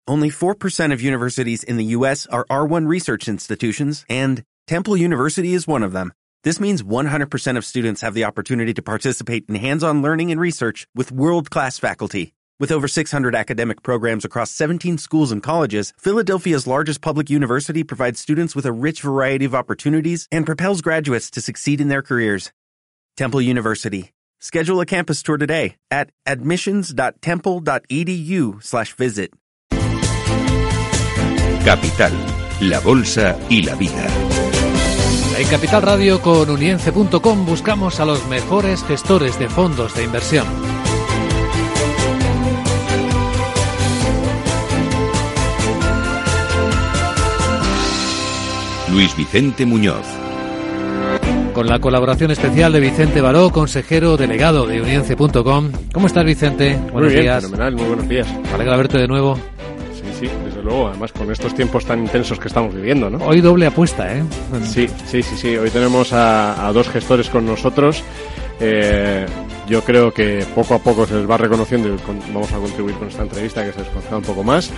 only 4% of universities in the U.S. are R1 research institutions, and Temple University is one of them. This means 100% of students have the opportunity to participate in hands-on learning and research with world-class faculty. With over 600 academic programs across 17 schools and colleges, Philadelphia's largest public university provides students with a rich variety of opportunities and propels graduates to succeed in their careers. Temple University. Schedule a campus tour today at admissions.temple.edu/visit. Capital, la bolsa y la vida. En Capital Radio con Unience.com buscamos a los mejores gestores de fondos de inversión. Luis Vicente Muñoz. Con la colaboración especial de Vicente Baró, consejero delegado de Unience.com. ¿Cómo estás, Vicente? Buenos días. Fenomenal, muy buenos días. Me alegra verte de nuevo. Sí, desde luego, además con estos tiempos tan intensos que estamos viviendo, ¿no? Hoy doble apuesta, ¿eh? Sí. Hoy tenemos a dos gestores con nosotros. Yo creo que poco a poco se les va reconociendo y vamos a contribuir con esta entrevista que se les conozca un poco más.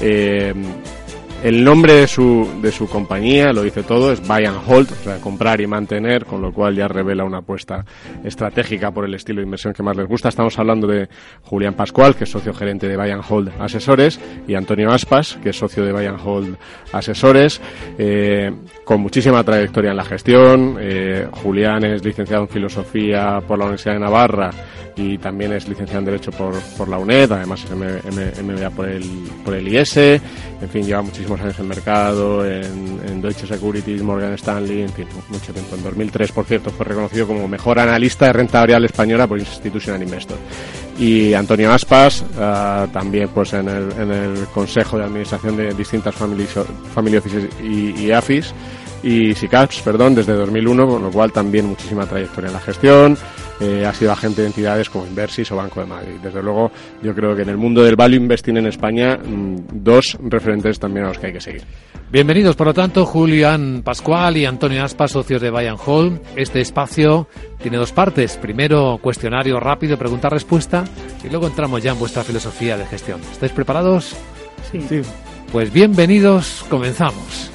El nombre de su compañía lo dice todo, es Buy and Hold, o sea, comprar y mantener, con lo cual ya revela una apuesta estratégica por el estilo de inversión que más les gusta. Estamos hablando de Julián Pascual, que es socio gerente de Buy and Hold Asesores, y Antonio Aspas, que es socio de Buy and Hold Asesores, con muchísima trayectoria en la gestión. Julián es licenciado en Filosofía por la Universidad de Navarra y también es licenciado en Derecho por la UNED, además es MBA por el IS, en fin, lleva muchísimos años en el mercado, en Deutsche Securities, Morgan Stanley, en fin, mucho tiempo. En 2003, por cierto, fue reconocido como mejor analista de renta variable española por Institutional Investor. Y Antonio Aspas, también pues en el Consejo de Administración de distintas Family Offices y AFIS, y SICAPs, desde 2001, con lo cual también muchísima trayectoria en la gestión. Ha sido agente de entidades como Inversis o Banco de Madrid. Desde luego, yo creo que en el mundo del value investing en España, dos referentes también a los que hay que seguir. Bienvenidos, por lo tanto, Julián Pascual y Antonio Aspas, socios de Buy and Hold. Este espacio tiene dos partes. Primero, cuestionario rápido, pregunta-respuesta, y luego entramos ya en vuestra filosofía de gestión. ¿Estáis preparados? Sí. Pues bienvenidos, comenzamos.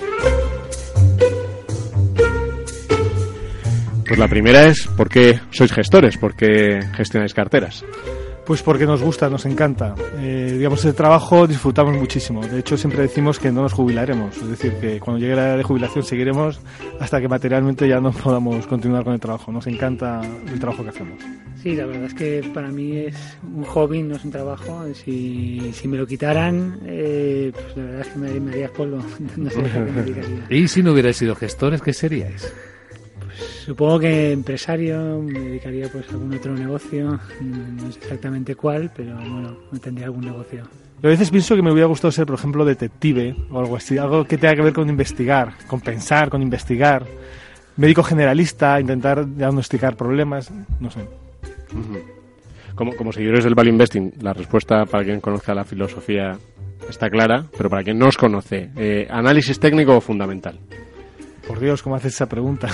Pues la primera es, ¿por qué sois gestores? ¿Por qué gestionáis carteras? Pues porque nos gusta, nos encanta. Digamos, ese trabajo disfrutamos muchísimo. De hecho, siempre decimos que no nos jubilaremos. Es decir, que cuando llegue la edad de jubilación seguiremos hasta que materialmente ya no podamos continuar con el trabajo. Nos encanta el trabajo que hacemos. Sí, la verdad es que para mí es un hobby, no es un trabajo. Si me lo quitaran, pues la verdad es que me haría polvo. No sé a qué me dedicaría. ¿Y si no hubierais sido gestores, qué seríais? Supongo que empresario, me dedicaría pues a algún otro negocio, no sé exactamente cuál, pero bueno, tendría algún negocio. Yo a veces pienso que me hubiera gustado ser, por ejemplo, detective o algo así, algo que tenga que ver con investigar, con pensar, con investigar. Médico generalista, intentar diagnosticar problemas, no sé. Como seguidores del value investing, la respuesta para quien conozca la filosofía está clara, pero para quien no os conoce, ¿análisis técnico o fundamental? Por Dios, ¿cómo haces esa pregunta?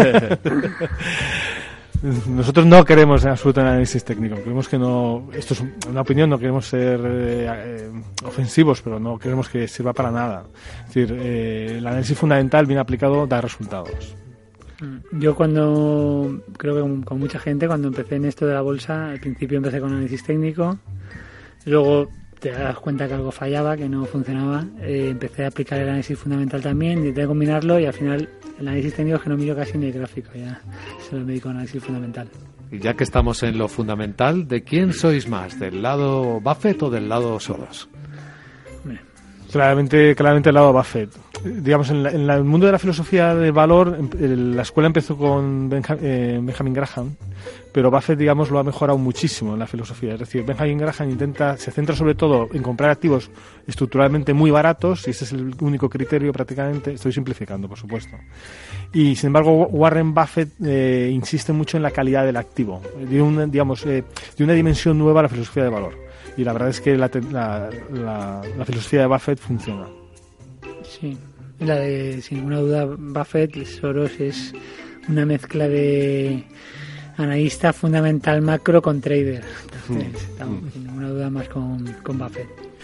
Nosotros no queremos en absoluto análisis técnico. Creemos que no. Esto es una opinión, no queremos ser ofensivos, pero no queremos que sirva para nada. Es decir, el análisis fundamental, bien aplicado, da resultados. Yo creo que con mucha gente, cuando empecé en esto de la bolsa, al principio empecé con análisis técnico, luego te das cuenta que algo fallaba, que no funcionaba, empecé a aplicar el análisis fundamental también, intenté combinarlo y al final el análisis técnico es que no miro casi ni el gráfico, ya solo me dedico al análisis fundamental. Y ya que estamos en lo fundamental, ¿de quién sois más? ¿Del lado Buffett o del lado Soros? Claramente el lado Buffett. Digamos, en el mundo de la filosofía del valor, la escuela empezó con Benjamin Graham, pero Buffett, digamos, lo ha mejorado muchísimo en la filosofía. Es decir, Benjamin Graham se centra sobre todo en comprar activos estructuralmente muy baratos, y ese es el único criterio prácticamente. Estoy simplificando, por supuesto. Y, sin embargo, Warren Buffett insiste mucho en la calidad del activo, de una dimensión nueva a la filosofía del valor. Y la verdad es que la filosofía de Buffett funciona. Sí, sin ninguna duda, Buffett, Soros es una mezcla de analista fundamental macro con trader. Entonces, estamos sin ninguna duda más con Buffett.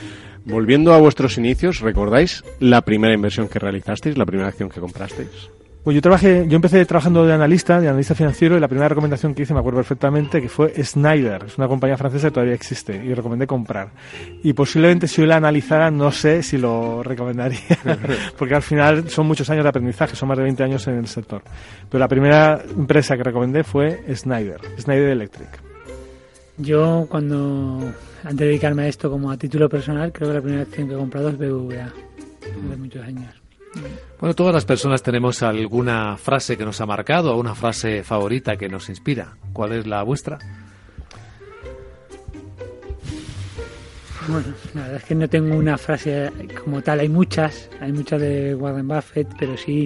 Volviendo a vuestros inicios, ¿recordáis la primera inversión que realizasteis, la primera acción que comprasteis? Pues yo empecé trabajando de analista financiero, y la primera recomendación que hice, me acuerdo perfectamente, que fue Schneider. Es una compañía francesa que todavía existe y recomendé comprar. Y posiblemente si hoy la analizara, no sé si lo recomendaría, porque al final son muchos años de aprendizaje, son más de 20 años en el sector. Pero la primera empresa que recomendé fue Schneider Electric. Yo antes de dedicarme a esto como a título personal, creo que la primera acción que he comprado es BBVA, hace muchos años. Bueno, todas las personas tenemos alguna frase que nos ha marcado o una frase favorita que nos inspira. ¿Cuál es la vuestra? Bueno, la verdad es que no tengo una frase como tal. Hay muchas de Warren Buffett, pero sí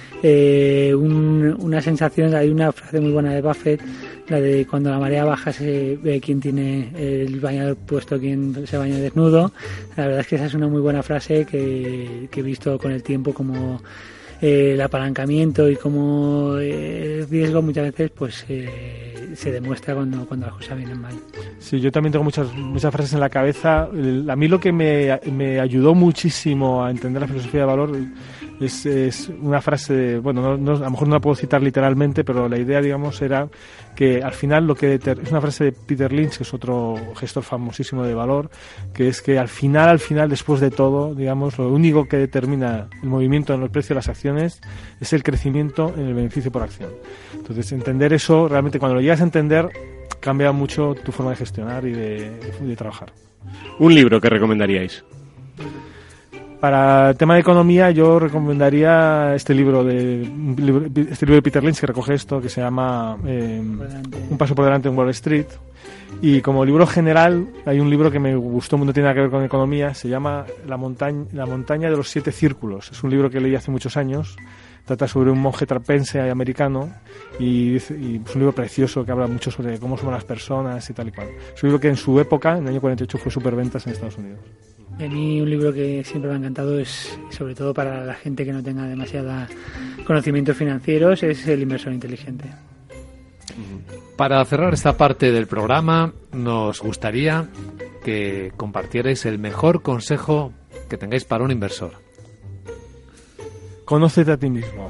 una sensación. Hay una frase muy buena de Buffett, la de cuando la marea baja se ve quién tiene el bañador puesto, quién se baña desnudo. La verdad es que esa es una muy buena frase que he visto con el tiempo, como el apalancamiento y como el riesgo muchas veces pues se demuestra cuando las cosas vienen mal. Sí, yo también tengo muchas frases en la cabeza. A mí lo que me ayudó muchísimo a entender la filosofía de valor es una frase, bueno, a lo mejor no la puedo citar literalmente, pero la idea, digamos, era que al final es una frase de Peter Lynch, que es otro gestor famosísimo de valor, que es que al final, después de todo, digamos, lo único que determina el movimiento en el precio de las acciones es el crecimiento en el beneficio por acción. Entonces, entender eso, realmente cuando lo llegas a entender, cambia mucho tu forma de gestionar y de trabajar. ¿Un libro que recomendaríais? Para el tema de economía, yo recomendaría este libro de Peter Lynch, que recoge esto, que se llama Un paso por delante en Wall Street. Y como libro general, hay un libro que me gustó, no tiene nada que ver con economía, se llama La montaña de los 7 círculos. Es un libro que leí hace muchos años. Trata sobre un monje trapense americano y es un libro precioso que habla mucho sobre cómo somos las personas y tal y cual. Es un libro que en su época, en el año 48, fue superventas en Estados Unidos. A mí un libro que siempre me ha encantado es, sobre todo para la gente que no tenga demasiada conocimientos financieros, es El inversor inteligente. Para cerrar esta parte del programa, nos gustaría que compartierais el mejor consejo que tengáis para un inversor. Conócete a ti mismo.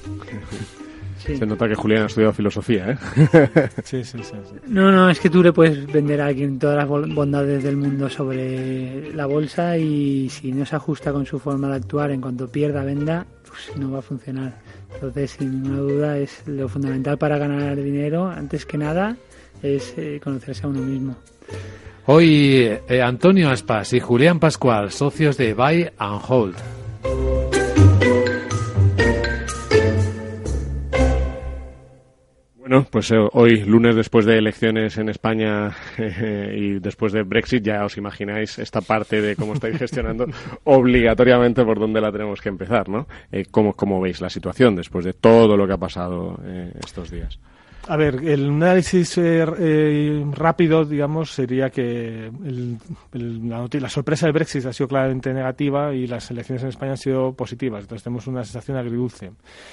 Sí. Se nota que Julián ha estudiado filosofía, ¿eh? Sí. No, es que tú le puedes vender a alguien todas las bondades del mundo sobre la bolsa y si no se ajusta con su forma de actuar, en cuanto pierda, venda, pues no va a funcionar. Entonces, sin ninguna duda, es lo fundamental para ganar dinero, antes que nada, es conocerse a uno mismo. Hoy, Antonio Aspas y Julián Pascual, socios de Buy and Hold. Bueno, pues hoy, lunes, después de elecciones en España y después de Brexit, ya os imagináis esta parte de cómo estáis gestionando obligatoriamente por dónde la tenemos que empezar, ¿no? ¿Cómo veis la situación después de todo lo que ha pasado estos días? A ver, el análisis rápido, digamos, sería que la sorpresa del Brexit ha sido claramente negativa y las elecciones en España han sido positivas. Entonces tenemos una sensación agridulce.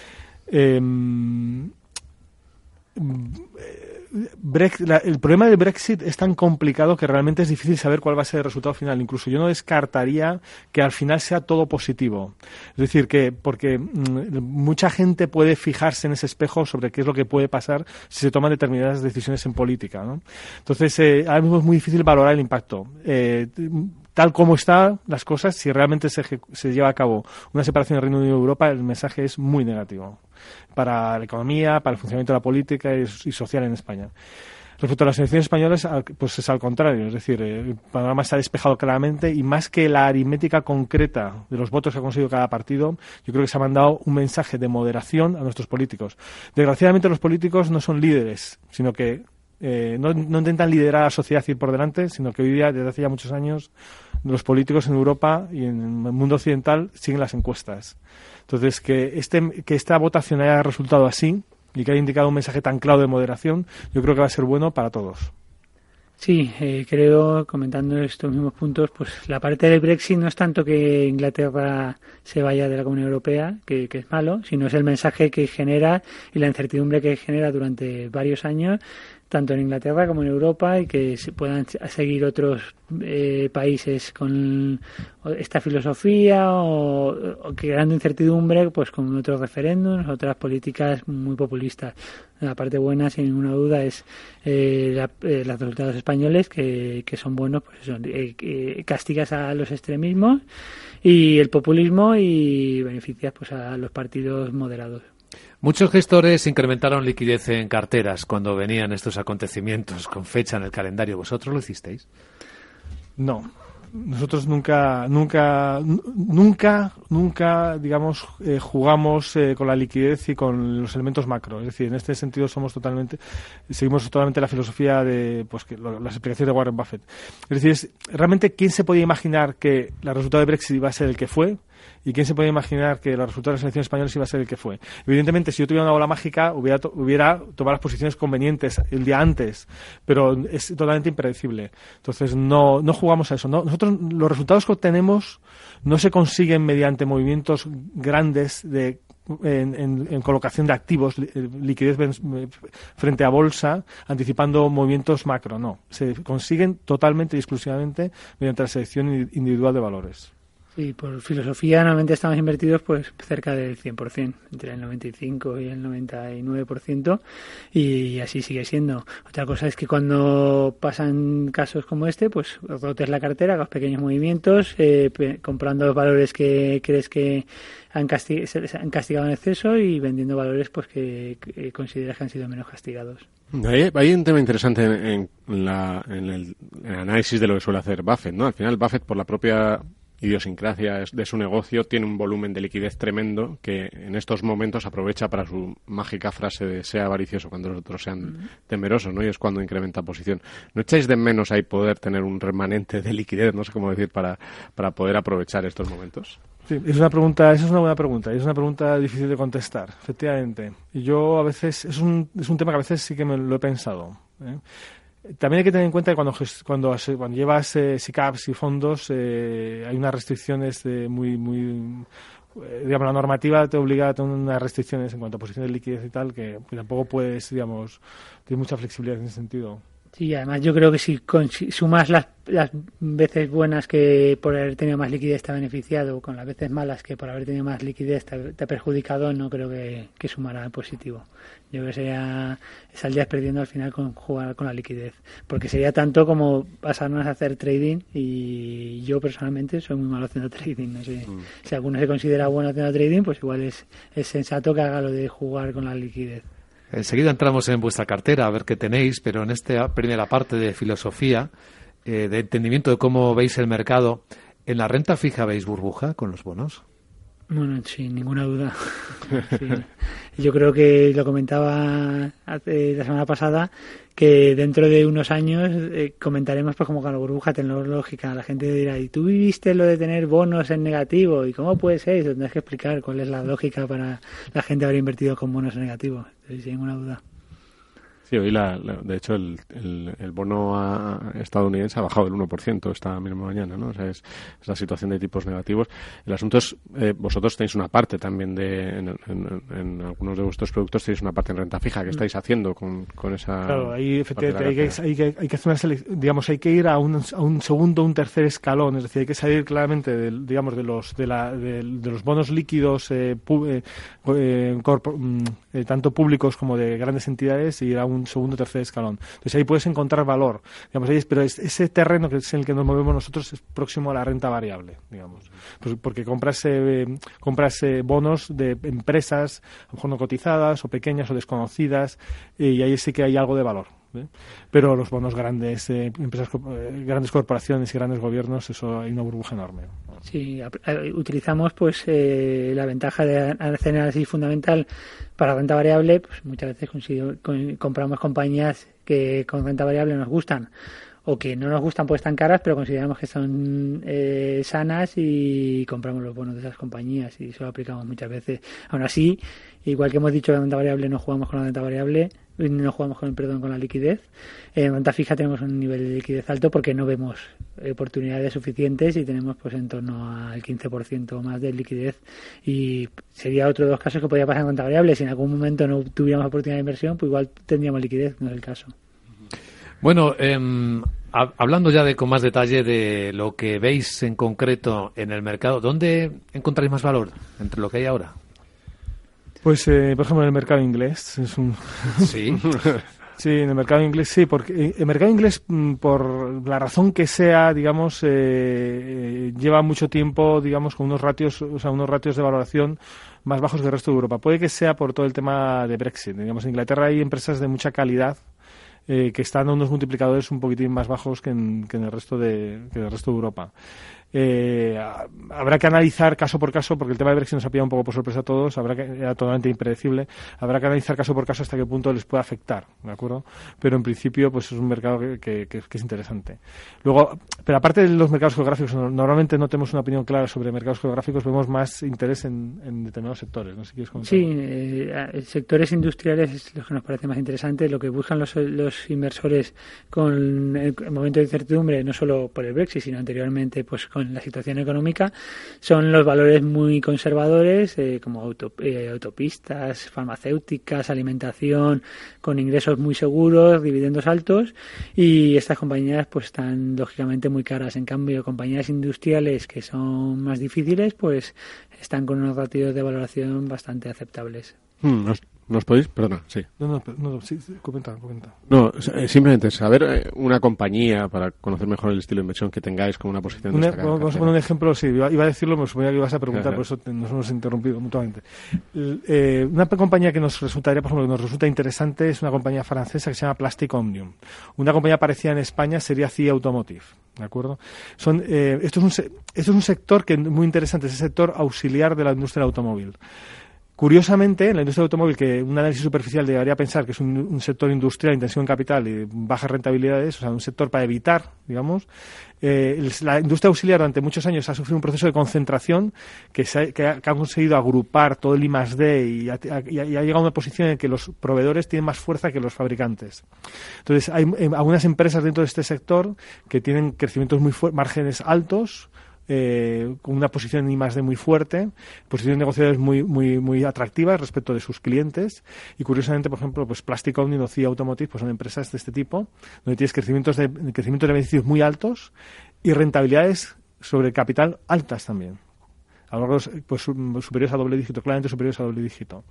El problema del Brexit es tan complicado que realmente es difícil saber cuál va a ser el resultado final. Incluso yo no descartaría que al final sea todo positivo. Es decir, que porque mucha gente puede fijarse en ese espejo sobre qué es lo que puede pasar si se toman determinadas decisiones en política, ¿no? Entonces, ahora mismo es muy difícil valorar el impacto. Tal como están las cosas, si realmente se lleva a cabo una separación del Reino Unido y Europa, el mensaje es muy negativo para la economía, para el funcionamiento de la política y social en España. Respecto a las elecciones españolas, pues es al contrario, es decir, el panorama se ha despejado claramente y más que la aritmética concreta de los votos que ha conseguido cada partido, yo creo que se ha mandado un mensaje de moderación a nuestros políticos. Desgraciadamente los políticos no son líderes, sino que no intentan liderar a la sociedad y ir por delante, sino que hoy día, desde hace ya muchos años, los políticos en Europa y en el mundo occidental siguen las encuestas. Entonces, que esta votación haya resultado así y que haya indicado un mensaje tan claro de moderación, yo creo que va a ser bueno para todos. Sí, creo, comentando estos mismos puntos, pues la parte del Brexit no es tanto que Inglaterra se vaya de la Comunidad Europea, que es malo, sino es el mensaje que genera y la incertidumbre que genera durante varios años tanto en Inglaterra como en Europa, y que se puedan seguir otros países con esta filosofía o creando incertidumbre pues con otros referéndums, otras políticas muy populistas. La parte buena, sin ninguna duda, es los resultados españoles que son buenos, pues eso, castigas a los extremismos y el populismo y beneficias pues a los partidos moderados. Muchos gestores incrementaron liquidez en carteras cuando venían estos acontecimientos con fecha en el calendario. ¿Vosotros lo hicisteis? No. Nosotros nunca, digamos, jugamos con la liquidez y con los elementos macro. Es decir, en este sentido seguimos totalmente la filosofía de, pues, las explicaciones de Warren Buffett. Es decir, realmente, ¿quién se podía imaginar que el resultado de Brexit iba a ser el que fue? ¿Y quién se puede imaginar que el resultado de las elecciones españolas iba a ser el que fue? Evidentemente, si yo tuviera una bola mágica, hubiera tomado las posiciones convenientes el día antes, pero es totalmente impredecible. Entonces, no jugamos a eso. ¿No? Nosotros, los resultados que obtenemos no se consiguen mediante movimientos grandes en colocación de activos, liquidez frente a bolsa, anticipando movimientos macro. No, se consiguen totalmente y exclusivamente mediante la selección individual de valores. Sí, por filosofía normalmente estamos invertidos pues cerca del 100%, entre el 95 y el 99%, y así sigue siendo. Otra cosa es que cuando pasan casos como este, pues rotes la cartera, hagas pequeños movimientos, comprando los valores que crees que se han castigado en exceso y vendiendo valores pues que consideras que han sido menos castigados. Hay un tema interesante en el análisis de lo que suele hacer Buffett, ¿no? Al final Buffett, por la propia idiosincrasia de su negocio, tiene un volumen de liquidez tremendo que en estos momentos aprovecha para su mágica frase de sea avaricioso cuando los otros sean temerosos, ¿no? Y es cuando incrementa posición. ¿No echáis de menos ahí poder tener un remanente de liquidez, no sé cómo decir, para poder aprovechar estos momentos? Sí, esa es una buena pregunta, y es una pregunta difícil de contestar, efectivamente. Y yo a veces, es un tema que a veces sí que me lo he pensado, ¿eh? También hay que tener en cuenta que cuando llevas SICAPs y fondos hay unas restricciones digamos, la normativa te obliga a tener unas restricciones en cuanto a posiciones de liquidez y tal, que tampoco puedes, digamos, tienes mucha flexibilidad en ese sentido. Sí, además yo creo que si sumas las veces buenas que por haber tenido más liquidez te ha beneficiado con las veces malas que por haber tenido más liquidez te ha perjudicado, no creo que sumará positivo. Yo creo que saldrías perdiendo al final con jugar con la liquidez, porque sería tanto como pasarnos a hacer trading, y yo personalmente soy muy malo haciendo trading. No sé, si alguno se considera bueno haciendo trading, pues igual es sensato que haga lo de jugar con la liquidez. Enseguida entramos en vuestra cartera a ver qué tenéis, pero en esta primera parte de filosofía, de entendimiento de cómo veis el mercado, ¿en la renta fija veis burbuja con los bonos? Bueno, sin ninguna duda. Sí. Yo creo que lo comentaba la semana pasada, que dentro de unos años comentaremos pues como con la burbuja tecnológica. La gente dirá, ¿y tú viviste lo de tener bonos en negativo? ¿Y cómo puede ser? Tendrás que explicar cuál es la lógica para la gente haber invertido con bonos en negativo. Entonces, sin ninguna duda. Sí, hoy de hecho el bono estadounidense ha bajado del 1% esta misma mañana, ¿no? O sea, es la situación de tipos negativos. El asunto es, vosotros tenéis una parte también en algunos de vuestros productos tenéis una parte en renta fija. ¿Qué estáis haciendo con esa? Claro, ahí efectivamente hay que hacer una selección, digamos, hay que ir a un segundo, un tercer escalón, es decir, hay que salir claramente de los bonos líquidos tanto públicos como de grandes entidades, y ir a un segundo o tercer escalón. Entonces ahí puedes encontrar valor, digamos, pero ese terreno que es en el que nos movemos nosotros es próximo a la renta variable, digamos, pues porque compras bonos de empresas a lo mejor no cotizadas o pequeñas o desconocidas, y ahí sí que hay algo de valor, ¿eh? Pero los bonos grandes, empresas, grandes corporaciones y grandes gobiernos, eso hay una burbuja enorme. Sí, utilizamos pues la ventaja de hacer análisis fundamental para renta variable. Pues muchas veces compramos compañías que con renta variable nos gustan, o que no nos gustan pues están caras, pero consideramos que son sanas, y compramos los bonos de esas compañías, y eso lo aplicamos muchas veces. Aún así, igual que hemos dicho que la renta variable no jugamos con la renta variable, no jugamos con la liquidez. En renta fija tenemos un nivel de liquidez alto porque no vemos oportunidades suficientes, y tenemos pues en torno al 15% o más de liquidez, y sería otro de los casos que podría pasar en renta variable. Si en algún momento no tuviéramos oportunidad de inversión, pues igual tendríamos liquidez, no es el caso. Bueno, hablando ya con más detalle de lo que veis en concreto en el mercado, ¿dónde encontráis más valor entre lo que hay ahora? Pues, por ejemplo, en el mercado inglés. Sí. Sí, en el mercado inglés sí, porque el mercado inglés, por la razón que sea, digamos, lleva mucho tiempo, digamos, con unos ratios de valoración más bajos que el resto de Europa. Puede que sea por todo el tema de Brexit. Digamos, en Inglaterra hay empresas de mucha calidad que están a unos multiplicadores un poquitín más bajos que en el resto de Europa. Habrá que analizar caso por caso, porque el tema de Brexit nos ha pillado un poco por sorpresa a todos, era totalmente impredecible, habrá que analizar caso por caso hasta qué punto les puede afectar, ¿de acuerdo? Pero en principio pues es un mercado que es interesante. Luego, pero aparte de los mercados geográficos, normalmente no tenemos una opinión clara sobre mercados geográficos, vemos más interés en determinados sectores. No sé si quieres comentar. Sí, sectores industriales es lo que nos parece más interesante, lo que buscan los inversores con el momento de incertidumbre, no solo por el Brexit, sino anteriormente pues con la situación económica, son los valores muy conservadores, como autopistas, farmacéuticas, alimentación, con ingresos muy seguros, dividendos altos, y estas compañías pues están lógicamente muy caras. En cambio, compañías industriales que son más difíciles, pues están con unos ratios de valoración bastante aceptables. ¿Nos podéis? Perdona, sí. No, sí, comenta. No, simplemente saber una compañía para conocer mejor el estilo de inversión que tengáis con una posición destacada. Vamos a poner un ejemplo, sí, iba a decirlo, me suponía que ibas a preguntar, por eso nos hemos interrumpido mutuamente. Una compañía que nos resultaría, por ejemplo, que nos resulta interesante es una compañía francesa que se llama Plastic Omnium. Una compañía parecida en España sería CIA Automotive, ¿de acuerdo? Esto es un sector que es muy interesante, es el sector auxiliar de la industria del automóvil. Curiosamente, en la industria del automóvil, que un análisis superficial llegaría a pensar que es un sector industrial, intensivo en capital y bajas rentabilidades, o sea, un sector para evitar, digamos, la industria auxiliar durante muchos años ha sufrido un proceso de concentración que ha conseguido agrupar todo el I+D y ha llegado a una posición en que los proveedores tienen más fuerza que los fabricantes. Entonces, hay algunas empresas dentro de este sector que tienen crecimientos márgenes altos, con una posición en I+D muy fuerte, posiciones negociadas muy atractivas respecto de sus clientes, y curiosamente, por ejemplo, pues Plastic Omnium o CIA Automotive pues son empresas de este tipo, donde tienes crecimientos de beneficios muy altos y rentabilidades sobre capital altas también, a lo largo pues superiores a doble dígito, claramente superiores a doble dígito.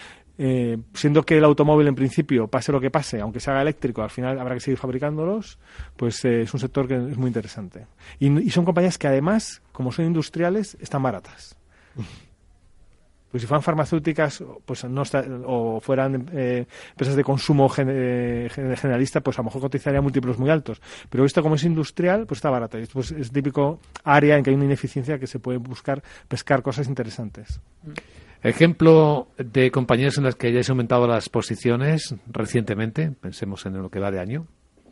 Siendo que el automóvil en principio, pase lo que pase, aunque se haga eléctrico, al final habrá que seguir fabricándolos, pues es un sector que es muy interesante. Y son compañías que además, como son industriales, están baratas. Pues si fueran farmacéuticas pues o fueran empresas de consumo generalista, pues a lo mejor cotizaría múltiplos muy altos. Pero esto, como es industrial, pues está barata. Y esto pues, es típico área en que hay una ineficiencia que se puede pescar cosas interesantes. Ejemplo de compañías en las que hayáis aumentado las posiciones recientemente, pensemos en lo que va de año.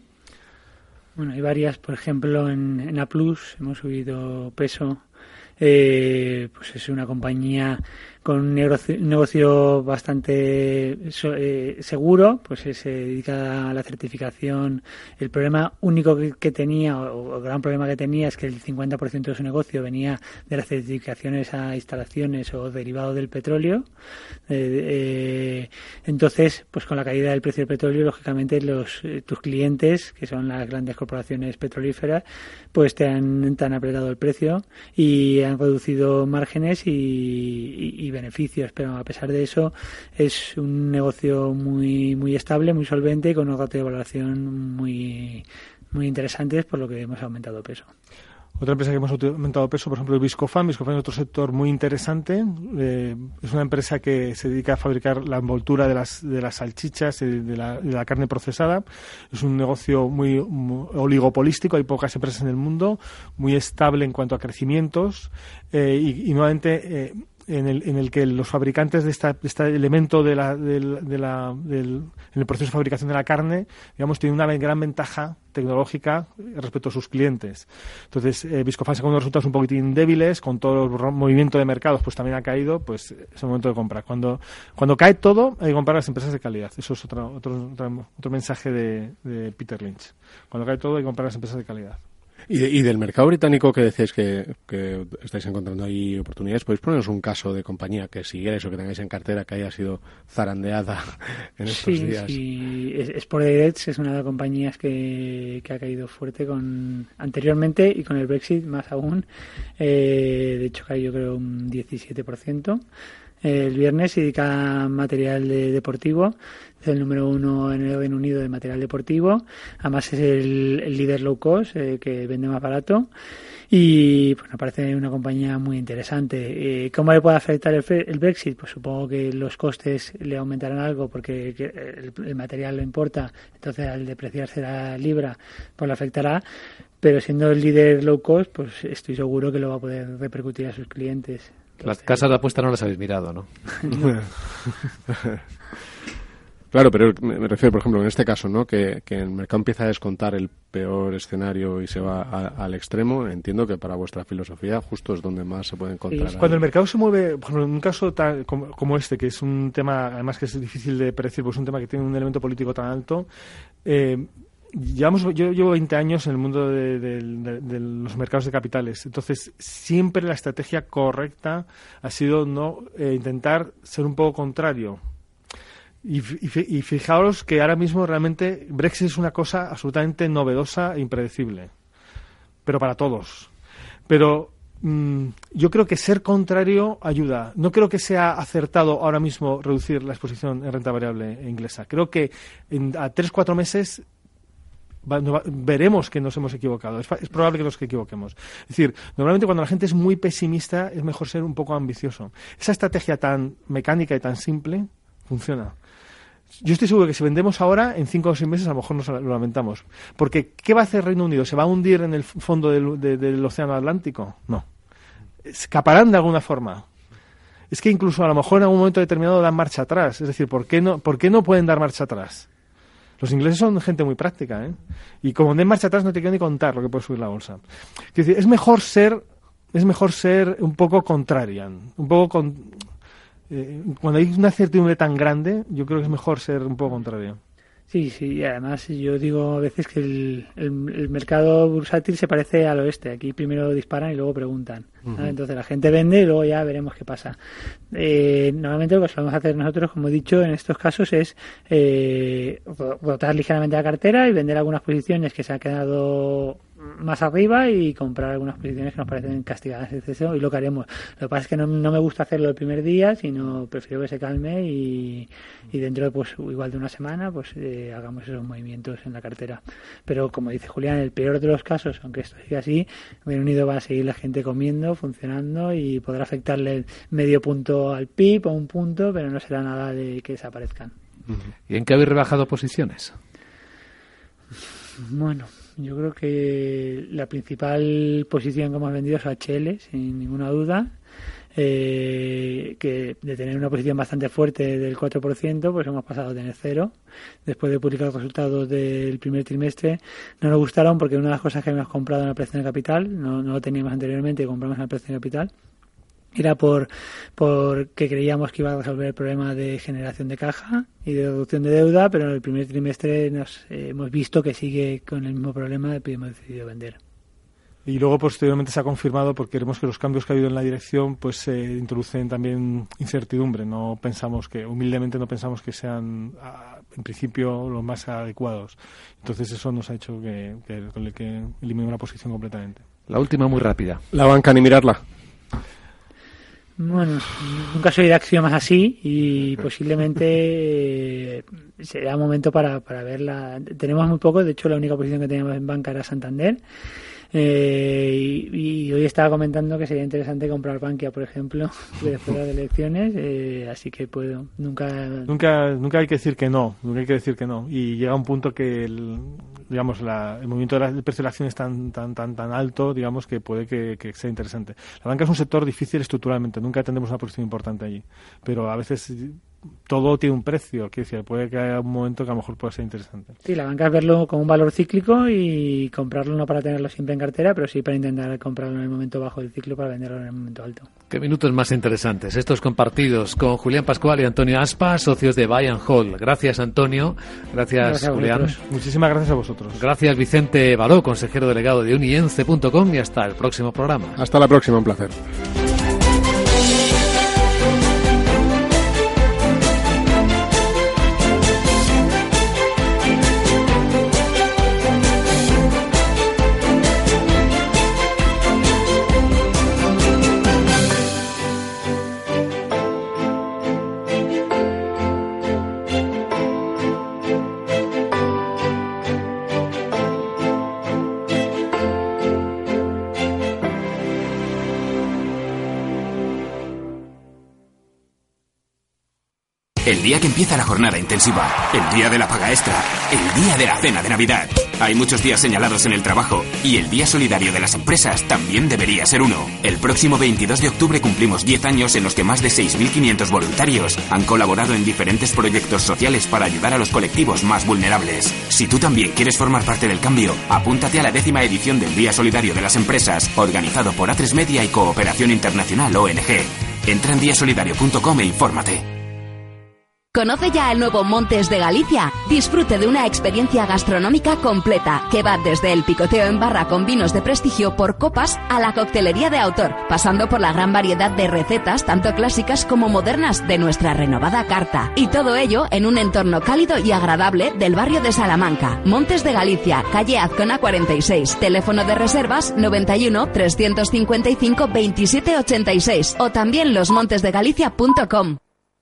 Bueno, hay varias, por ejemplo, en A+, hemos subido peso, pues es una compañía con un negocio bastante seguro, pues se dedica a la certificación. El problema único que tenía, o el gran problema que tenía, es que el 50% de su negocio venía de las certificaciones a instalaciones o derivados del petróleo. Entonces, pues con la caída del precio del petróleo, lógicamente tus clientes, que son las grandes corporaciones petrolíferas, pues te han apretado el precio y han reducido márgenes y beneficios, pero a pesar de eso es un negocio muy estable, muy solvente y con unos ratios de valoración muy interesantes, por lo que hemos aumentado peso. Otra empresa que hemos aumentado peso, por ejemplo, es Viscofan. Viscofan es otro sector muy interesante. Es una empresa que se dedica a fabricar la envoltura de las salchichas y de la carne procesada. Es un negocio muy oligopolístico, hay pocas empresas en el mundo, muy estable en cuanto a crecimientos y nuevamente en el que los fabricantes de este elemento en el proceso de fabricación de la carne, digamos, tienen una gran ventaja tecnológica respecto a sus clientes. Entonces, Viscofan saca unos resultados un poquitín débiles, con todo el movimiento de mercados, pues también ha caído, pues es el momento de comprar. Cuando cae todo, hay que comprar las empresas de calidad. Eso es otro mensaje de Peter Lynch. Cuando cae todo, hay que comprar las empresas de calidad. Y del mercado británico que decís que estáis encontrando ahí oportunidades, ¿podéis ponernos un caso de compañía que siguierais o que tengáis en cartera que haya sido zarandeada en estos días? Sí, Sport Direct es una de las compañías que ha caído fuerte anteriormente y con el Brexit más aún. De hecho, cayó creo un 17%. El viernes se dedica a material deportivo. Es el número 1 en el Reino Unido de material deportivo. Además es el líder low cost, que vende más barato. Y bueno, parece una compañía muy interesante. ¿Cómo le puede afectar el Brexit? Pues supongo que los costes le aumentarán algo porque el material lo importa. Entonces al depreciarse la libra pues le afectará. Pero siendo el líder low cost, pues estoy seguro que lo va a poder repercutir a sus clientes. Las casas de apuesta no las habéis mirado, ¿no? Claro, pero me refiero, por ejemplo, en este caso, ¿no? Que el mercado empieza a descontar el peor escenario y se va al extremo. Entiendo que para vuestra filosofía justo es donde más se puede encontrar. Sí, cuando el mercado se mueve, por ejemplo, en un caso como este, que es un tema, además que es difícil de predecir, pues es un tema que tiene un elemento político tan alto. Yo llevo 20 años en el mundo de los mercados de capitales. Entonces, siempre la estrategia correcta ha sido intentar ser un poco contrario. Y fijaos que ahora mismo realmente Brexit es una cosa absolutamente novedosa e impredecible. Pero para todos. Pero yo creo que ser contrario ayuda. No creo que sea acertado ahora mismo reducir la exposición en renta variable inglesa. Creo que a 3-4 meses veremos que nos hemos equivocado. Es probable que nos equivoquemos. Es decir, normalmente cuando la gente es muy pesimista es mejor ser un poco ambicioso. Esa estrategia tan mecánica y tan simple funciona. Yo estoy seguro que si vendemos ahora, en 5 o 6 meses a lo mejor nos lo lamentamos. Porque, ¿qué va a hacer Reino Unido? ¿Se va a hundir en el fondo del Océano Atlántico? No. Escaparán de alguna forma. Es que incluso a lo mejor en algún momento determinado dan marcha atrás. Es decir, ¿por qué no pueden dar marcha atrás? Los ingleses son gente muy práctica, ¿eh? Y como den marcha atrás no te quiero ni contar lo que puede subir la bolsa. Es decir, es mejor ser un poco contrarian, un poco cuando hay una incertidumbre tan grande, yo creo que es mejor ser un poco contrario. Sí, y además yo digo a veces que el mercado bursátil se parece al oeste. Aquí primero disparan y luego preguntan. Uh-huh. Entonces la gente vende y luego ya veremos qué pasa. Normalmente lo que solemos hacer nosotros, como he dicho, en estos casos es rotar ligeramente la cartera y vender algunas posiciones que se han quedado más arriba y comprar algunas posiciones que nos parecen castigadas en exceso, y lo que haremos. Lo que pasa es que no me gusta hacerlo el primer día, sino prefiero que se calme y dentro de pues igual de una semana pues hagamos esos movimientos en la cartera. Pero como dice Julián, el peor de los casos, aunque esto siga así, Reino Unido va a seguir la gente comiendo, funcionando y podrá afectarle medio punto al PIB o un punto, pero no será nada de que desaparezcan. ¿Y en qué habéis rebajado posiciones? Bueno, yo creo que la principal posición que hemos vendido es HL, sin ninguna duda. Que de tener una posición bastante fuerte del 4%, pues hemos pasado a tener 0. Después de publicar los resultados del primer trimestre, no nos gustaron porque una de las cosas que habíamos comprado en la operación de capital, no lo teníamos anteriormente y compramos en la operación de capital, era porque creíamos que iba a resolver el problema de generación de caja y de reducción de deuda, pero en el primer trimestre hemos visto que sigue con el mismo problema y hemos decidido vender. Y luego posteriormente se ha confirmado porque creemos que los cambios que ha habido en la dirección pues introducen también incertidumbre. Humildemente no pensamos que sean en principio los más adecuados. Entonces eso nos ha hecho que elimine una posición completamente. La última muy rápida. La banca ni mirarla. Bueno, nunca soy de axiomas así y posiblemente será momento para verla. Tenemos muy poco, de hecho la única posición que teníamos en banca era Santander. Y hoy estaba comentando que sería interesante comprar Bankia, por ejemplo, después de las elecciones, así que nunca hay que decir que no, y llega un punto que el movimiento del precio de la acción es tan alto, digamos, que puede que sea interesante. La banca es un sector difícil estructuralmente, nunca tendremos una posición importante allí, pero a veces todo tiene un precio, que decir, puede que haya un momento que a lo mejor pueda ser interesante. Sí, la banca es verlo como un valor cíclico y comprarlo no para tenerlo siempre en cartera, pero sí para intentar comprarlo en el momento bajo del ciclo para venderlo en el momento alto. Qué minutos más interesantes estos compartidos con Julián Pascual y Antonio Aspas, socios de Buy and Hold. Gracias, Antonio. Gracias Julián. Muchísimas gracias a vosotros. Gracias, Vicente Baró, consejero delegado de Unience.com, y hasta el próximo programa. Hasta la próxima, un placer. El día que empieza la jornada intensiva, el día de la paga extra, el día de la cena de Navidad. Hay muchos días señalados en el trabajo y el Día Solidario de las Empresas también debería ser uno. El próximo 22 de octubre cumplimos 10 años en los que más de 6.500 voluntarios han colaborado en diferentes proyectos sociales para ayudar a los colectivos más vulnerables. Si tú también quieres formar parte del cambio, apúntate a la 10ª edición del Día Solidario de las Empresas, organizado por A3 Media y Cooperación Internacional ONG. Entra en diasolidario.com e infórmate. ¿Conoce ya el nuevo Montes de Galicia? Disfrute de una experiencia gastronómica completa que va desde el picoteo en barra con vinos de prestigio por copas a la coctelería de autor, pasando por la gran variedad de recetas tanto clásicas como modernas de nuestra renovada carta. Y todo ello en un entorno cálido y agradable del barrio de Salamanca. Montes de Galicia, calle Azcona 46, teléfono de reservas 91 355 2786 o también losmontesdegalicia.com.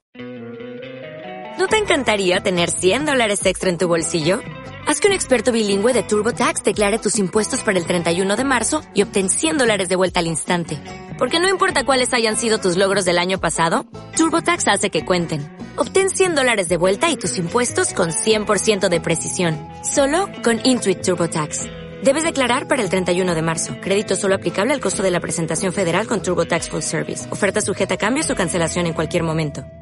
¿No te encantaría tener $100 extra en tu bolsillo? Haz que un experto bilingüe de TurboTax declare tus impuestos para el 31 de marzo y obtén $100 de vuelta al instante. Porque no importa cuáles hayan sido tus logros del año pasado, TurboTax hace que cuenten. Obtén $100 de vuelta y tus impuestos con 100% de precisión. Solo con Intuit TurboTax. Debes declarar para el 31 de marzo. Crédito solo aplicable al costo de la presentación federal con TurboTax Full Service. Oferta sujeta a cambios o cancelación en cualquier momento.